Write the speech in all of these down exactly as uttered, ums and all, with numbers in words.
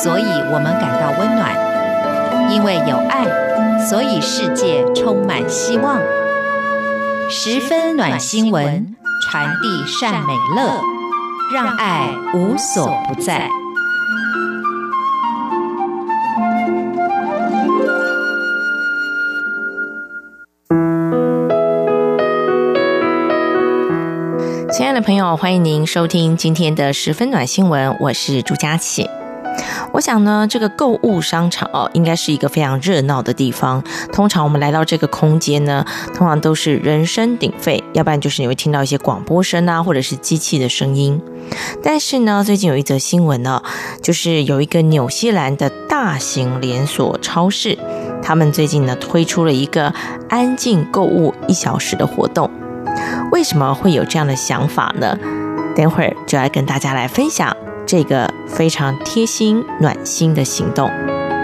所以我们感到温暖；因为有爱，所以世界充满希望。十分暖新闻，传递善美乐，让爱无所不在。 亲爱的朋友，欢迎您收听今天的十分暖新闻，我是朱佳琪。我想呢，这个购物商场哦，应该是一个非常热闹的地方。通常我们来到这个空间呢，通常都是人声鼎沸，要不然就是你会听到一些广播声啊，或者是机器的声音。但是呢，最近有一则新闻呢，就是有一个纽西兰的大型连锁超市，他们最近呢推出了一个安静购物一小时的活动。为什么会有这样的想法呢？等会儿就来跟大家来分享这个非常贴心暖心的行动。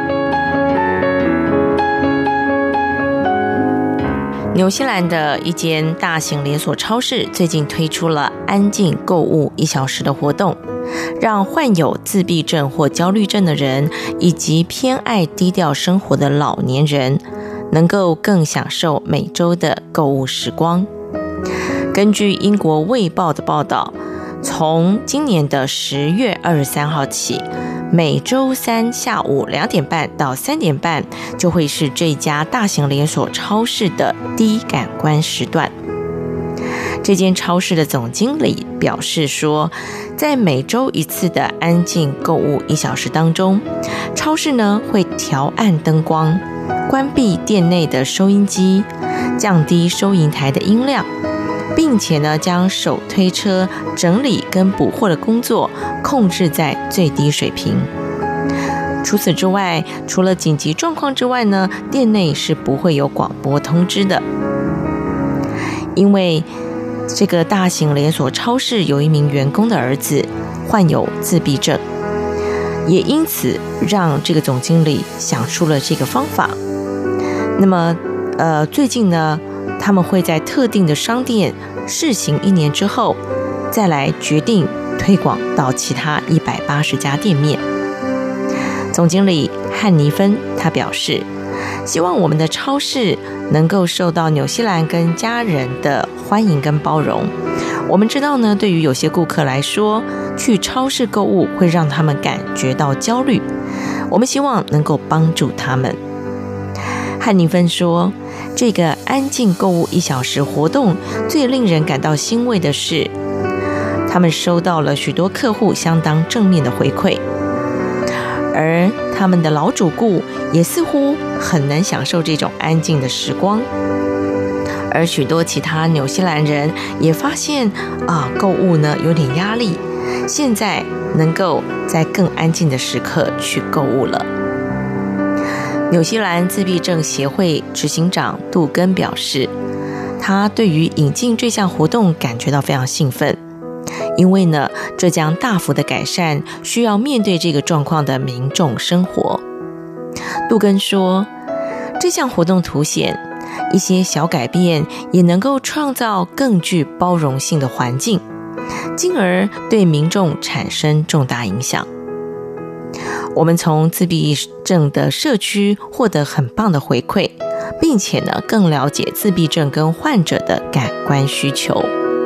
纽西兰的一间大型连锁超市最近推出了安静购物一小时的活动，让患有自闭症或焦虑症的人以及偏爱低调生活的老年人能够更享受每周的购物时光。根据英国卫报的报道，从今年的十月二十三号起，每周三下午两点半到三点半就会是这家大型连锁超市的低感官时段。这间超市的总经理表示说，在每周一次的安静购物一小时当中，超市呢会调暗灯光，关闭店内的收音机，降低收银台的音量，并且呢，将手推车整理跟补货的工作控制在最低水平。除此之外，除了紧急状况之外呢，店内是不会有广播通知的。因为这个大型连锁超市有一名员工的儿子患有自闭症，也因此让这个总经理想出了这个方法。那么，呃，最近呢，他们会在特定的商店试行一年之后，再来决定推广到其他一百八十家店面。总经理汉尼芬他表示，希望我们的超市能够受到纽西兰跟家人的欢迎跟包容。我们知道呢，对于有些顾客来说，去超市购物会让他们感觉到焦虑，我们希望能够帮助他们。汉尼芬说，这个安静购物一小时活动最令人感到欣慰的是，他们收到了许多客户相当正面的回馈，而他们的老主顾也似乎很能享受这种安静的时光。而许多其他纽西兰人也发现啊，购物呢有点压力，现在能够在更安静的时刻去购物了。纽西兰自闭症协会执行长杜根表示，他对于引进这项活动感觉到非常兴奋，因为呢，这将大幅的改善需要面对这个状况的民众生活。杜根说，这项活动凸显一些小改变也能够创造更具包容性的环境，进而对民众产生重大影响。我们从自闭症的社区获得很棒的回馈，并且呢，更了解自闭症跟患者的感官需求。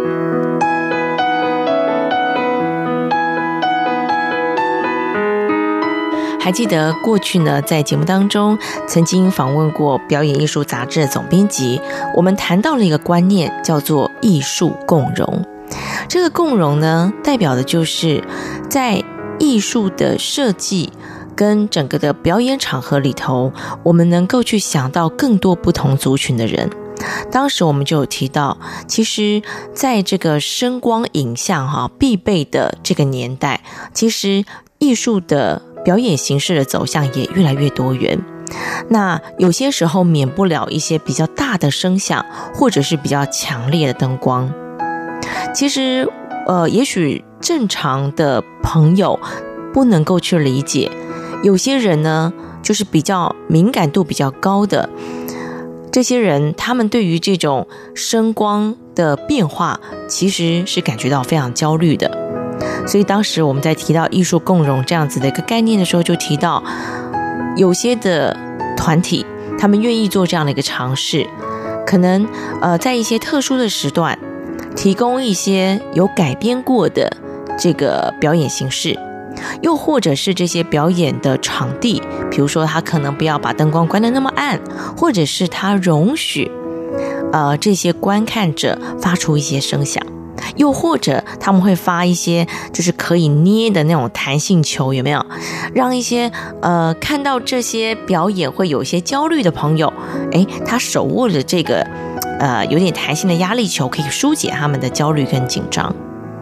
还记得过去呢，在节目当中曾经访问过表演艺术杂志的总编辑，我们谈到了一个观念，叫做艺术共融。这个共融呢，代表的就是在艺术的设计跟整个的表演场合里头，我们能够去想到更多不同族群的人。当时我们就有提到，其实在这个声光影像哈必备的这个年代，其实艺术的表演形式的走向也越来越多元。那有些时候免不了一些比较大的声响，或者是比较强烈的灯光。其实呃，也许正常的朋友不能够去理解，有些人呢就是比较敏感度比较高的这些人，他们对于这种声光的变化其实是感觉到非常焦虑的。 所以当时我们在提到艺术共融这样子的一个概念的时候，就提到有些的团体他们愿意做这样的一个尝试，可能呃在一些特殊的时段提供一些有改编过的这个表演形式，又或者是这些表演的场地，比如说他可能不要把灯光关得那么暗，或者是他容许呃这些观看者发出一些声响，又或者他们会发一些就是可以捏的那种弹性球，有没有让一些呃看到这些表演会有一些焦虑的朋友，诶他手握着这个呃有点弹性的压力球，可以疏解他们的焦虑跟紧张。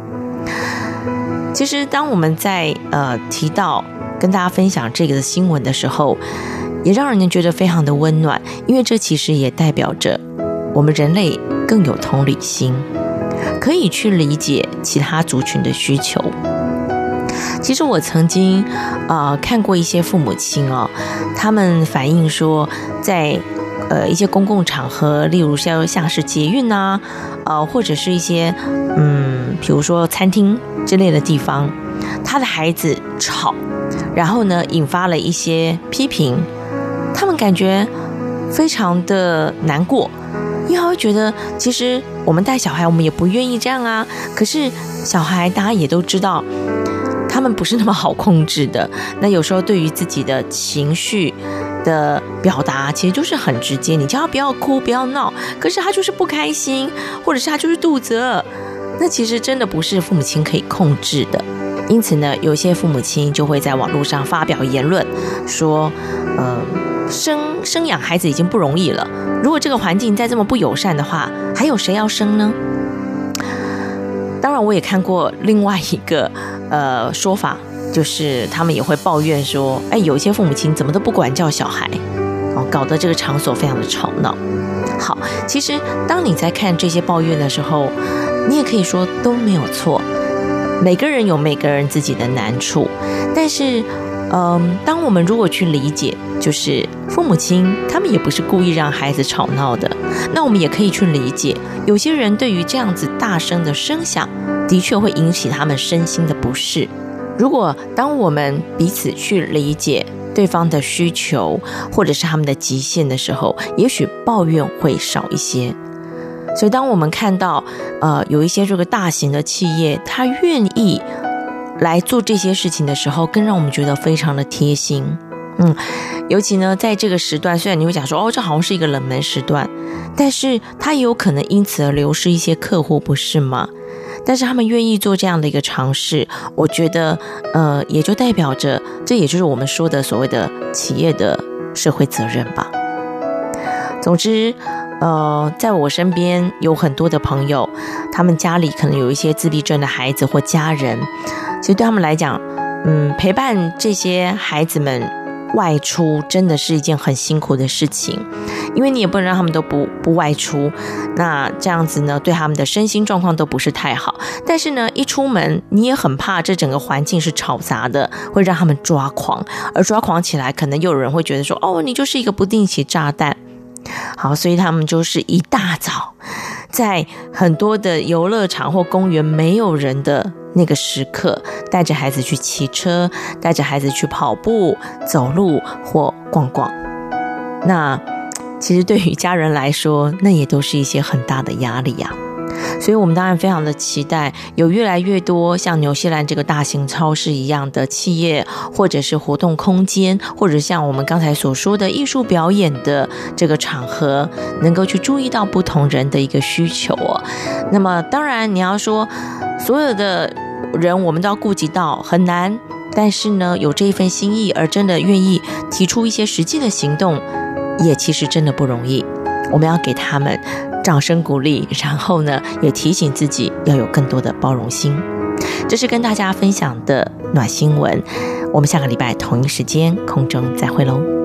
其实当我们在呃提到跟大家分享这个的新闻的时候，也让人觉得非常的温暖，因为这其实也代表着我们人类更有同理心，可以去理解其他族群的需求。其实我曾经呃看过一些父母亲哦，他们反映说在呃一些公共场合，例如像像是捷运啊，呃或者是一些嗯比如说餐厅之类的地方，他的孩子吵，然后呢引发了一些批评，他们感觉非常的难过，因为他会觉得其实我们带小孩我们也不愿意这样啊，可是小孩大家也都知道他们不是那么好控制的，那有时候对于自己的情绪的表达其实就是很直接，你叫他不要哭不要闹，可是他就是不开心，或者是他就是肚子饿，那其实真的不是父母亲可以控制的。因此呢，有些父母亲就会在网络上发表言论说呃，生生养孩子已经不容易了，如果这个环境再这么不友善的话，还有谁要生呢？当然我也看过另外一个呃说法，就是他们也会抱怨说，哎，有一些父母亲怎么都不管教小孩，哦，搞得这个场所非常的吵闹。好，其实当你在看这些抱怨的时候，你也可以说都没有错，每个人有每个人自己的难处，但是嗯，当我们如果去理解，就是父母亲他们也不是故意让孩子吵闹的，那我们也可以去理解，有些人对于这样子大声的声响的确会引起他们身心的不适。如果当我们彼此去理解对方的需求或者是他们的极限的时候，也许抱怨会少一些。所以当我们看到呃有一些这个大型的企业他愿意来做这些事情的时候，更让我们觉得非常的贴心。嗯，尤其呢在这个时段，虽然你会讲说哦这好像是一个冷门时段，但是它也有可能因此而流失一些客户，不是吗？但是他们愿意做这样的一个尝试，我觉得呃也就代表着这也就是我们说的所谓的企业的社会责任吧。总之呃，在我身边有很多的朋友，他们家里可能有一些自闭症的孩子或家人，其实对他们来讲嗯，陪伴这些孩子们外出真的是一件很辛苦的事情，因为你也不能让他们都不不外出，那这样子呢对他们的身心状况都不是太好，但是呢一出门你也很怕这整个环境是吵杂的，会让他们抓狂，而抓狂起来可能又有人会觉得说哦你就是一个不定期炸弹。好，所以他们就是一大早在很多的游乐场或公园没有人的那个时刻，带着孩子去骑车，带着孩子去跑步走路或逛逛。那其实对于家人来说，那也都是一些很大的压力啊。所以我们当然非常的期待有越来越多像纽西兰这个大型超市一样的企业，或者是活动空间，或者像我们刚才所说的艺术表演的这个场合，能够去注意到不同人的一个需求哦。那么当然你要说所有的人我们都要顾及到很难，但是呢有这一份心意而真的愿意提出一些实际的行动，也其实真的不容易。我们要给他们掌声鼓励，然后呢也提醒自己要有更多的包容心。这是跟大家分享的暖新闻，我们下个礼拜同一时间空中再会喽。